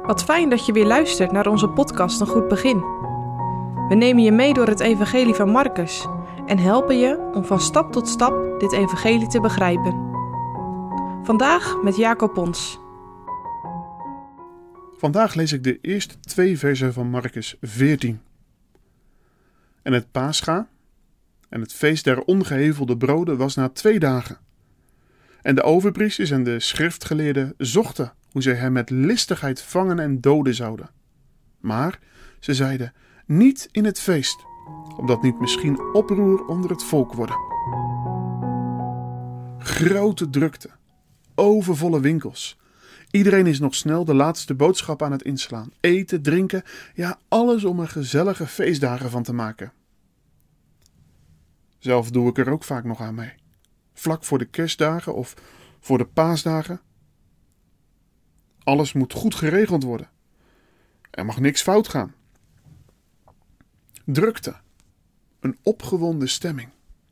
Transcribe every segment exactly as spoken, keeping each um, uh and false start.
Wat fijn dat je weer luistert naar onze podcast Een Goed Begin. We nemen je mee door het evangelie van Marcus en helpen je om van stap tot stap dit evangelie te begrijpen. Vandaag met Jacob Pons. Vandaag lees ik de eerste twee versen van Marcus veertien. En het Pascha en het feest der ongehevelde broden was na twee dagen. En de overpriesters en de schriftgeleerden zochten hoe zij hem met listigheid vangen en doden zouden. Maar ze zeiden, niet in het feest, opdat niet misschien oproer onder het volk worden. Grote drukte, overvolle winkels. Iedereen is nog snel de laatste boodschap aan het inslaan. Eten, drinken, ja alles om er gezellige feestdagen van te maken. Zelf doe ik er ook vaak nog aan mee. Vlak voor de kerstdagen of voor de paasdagen. Alles moet goed geregeld worden. Er mag niks fout gaan. Drukte. Een opgewonden stemming.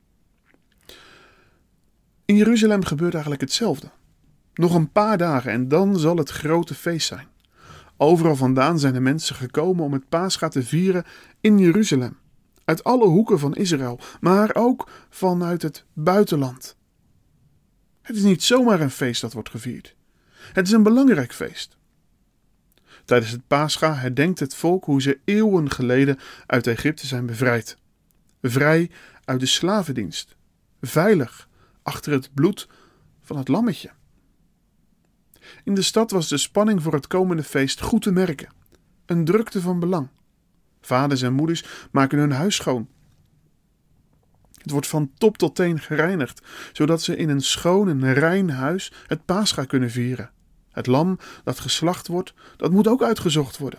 In Jeruzalem gebeurt eigenlijk hetzelfde. Nog een paar dagen en dan zal het grote feest zijn. Overal vandaan zijn de mensen gekomen om het Pascha te vieren in Jeruzalem. Uit alle hoeken van Israël, maar ook vanuit het buitenland. Het is niet zomaar een feest dat wordt gevierd. Het is een belangrijk feest. Tijdens het Pascha herdenkt het volk hoe ze eeuwen geleden uit Egypte zijn bevrijd. Vrij uit de slavendienst. Veilig achter het bloed van het lammetje. In de stad was de spanning voor het komende feest goed te merken. Een drukte van belang. Vaders en moeders maken hun huis schoon. Het wordt van top tot teen gereinigd, zodat ze in een schoon en rein huis het Pascha kunnen vieren. Het lam dat geslacht wordt, dat moet ook uitgezocht worden.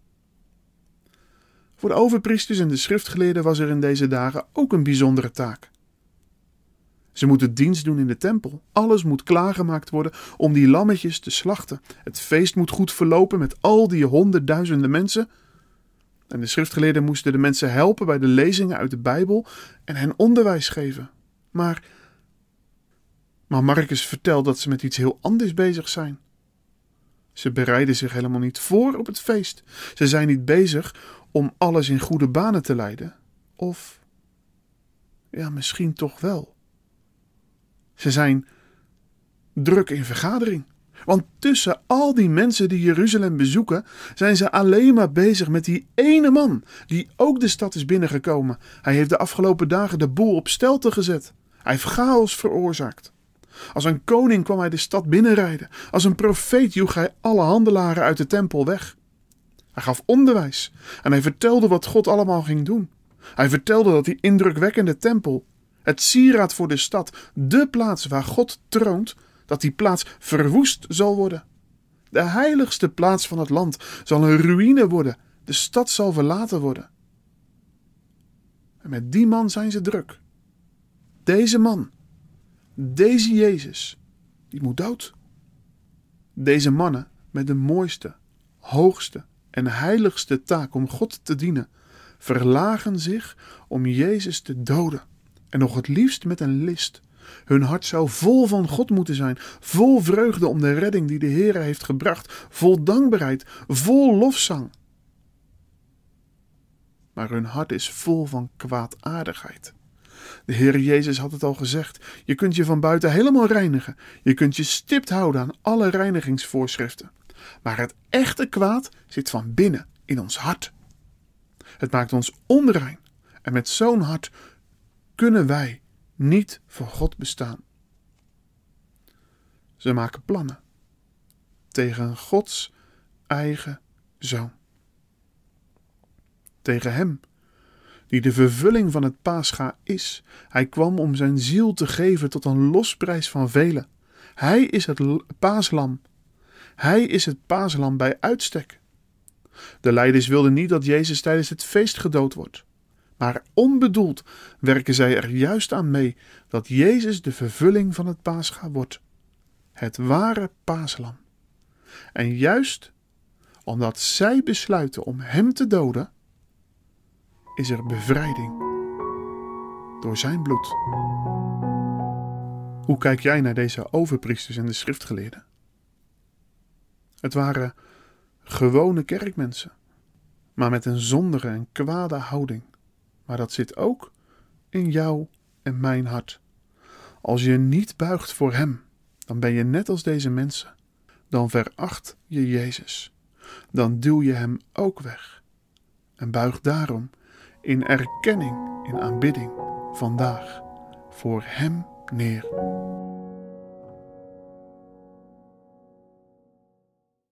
Voor de overpriesters en de schriftgeleerden was er in deze dagen ook een bijzondere taak. Ze moeten dienst doen in de tempel. Alles moet klaargemaakt worden om die lammetjes te slachten. Het feest moet goed verlopen met al die honderdduizenden mensen. En de schriftgeleerden moesten de mensen helpen bij de lezingen uit de Bijbel en hen onderwijs geven. Maar, maar Marcus vertelt dat ze met iets heel anders bezig zijn. Ze bereiden zich helemaal niet voor op het feest. Ze zijn niet bezig om alles in goede banen te leiden. Of, ja, misschien toch wel. Ze zijn druk in vergadering. Want tussen al die mensen die Jeruzalem bezoeken, zijn ze alleen maar bezig met die ene man die ook de stad is binnengekomen. Hij heeft de afgelopen dagen de boel op stelte gezet. Hij heeft chaos veroorzaakt. Als een koning kwam hij de stad binnenrijden. Als een profeet joeg hij alle handelaren uit de tempel weg. Hij gaf onderwijs en hij vertelde wat God allemaal ging doen. Hij vertelde dat die indrukwekkende tempel, het sieraad voor de stad, de plaats waar God troont, dat die plaats verwoest zal worden. De heiligste plaats van het land zal een ruïne worden. De stad zal verlaten worden. En met die man zijn ze druk. Deze man, deze Jezus, die moet dood. Deze mannen met de mooiste, hoogste en heiligste taak om God te dienen, verlagen zich om Jezus te doden. En nog het liefst met een list. Hun hart zou vol van God moeten zijn, vol vreugde om de redding die de Heer heeft gebracht, vol dankbaarheid, vol lofzang. Maar hun hart is vol van kwaadaardigheid. De Heer Jezus had het al gezegd, je kunt je van buiten helemaal reinigen, je kunt je stipt houden aan alle reinigingsvoorschriften. Maar het echte kwaad zit van binnen in ons hart. Het maakt ons onrein en met zo'n hart kunnen wij niet voor God bestaan. Ze maken plannen tegen Gods eigen zoon. Tegen hem, die de vervulling van het Pascha is. Hij kwam om zijn ziel te geven tot een losprijs van velen. Hij is het paaslam. Hij is het paaslam bij uitstek. De leiders wilden niet dat Jezus tijdens het feest gedood wordt. Maar onbedoeld werken zij er juist aan mee dat Jezus de vervulling van het Pascha wordt. Het ware paaslam. En juist omdat zij besluiten om hem te doden, is er bevrijding door zijn bloed. Hoe kijk jij naar deze overpriesters en de schriftgeleerden? Het waren gewone kerkmensen, maar met een zondige en kwade houding. Maar dat zit ook in jou en mijn hart. Als je niet buigt voor Hem, dan ben je net als deze mensen. Dan veracht je Jezus. Dan duw je Hem ook weg. En buig daarom in erkenning, in aanbidding vandaag voor Hem neer.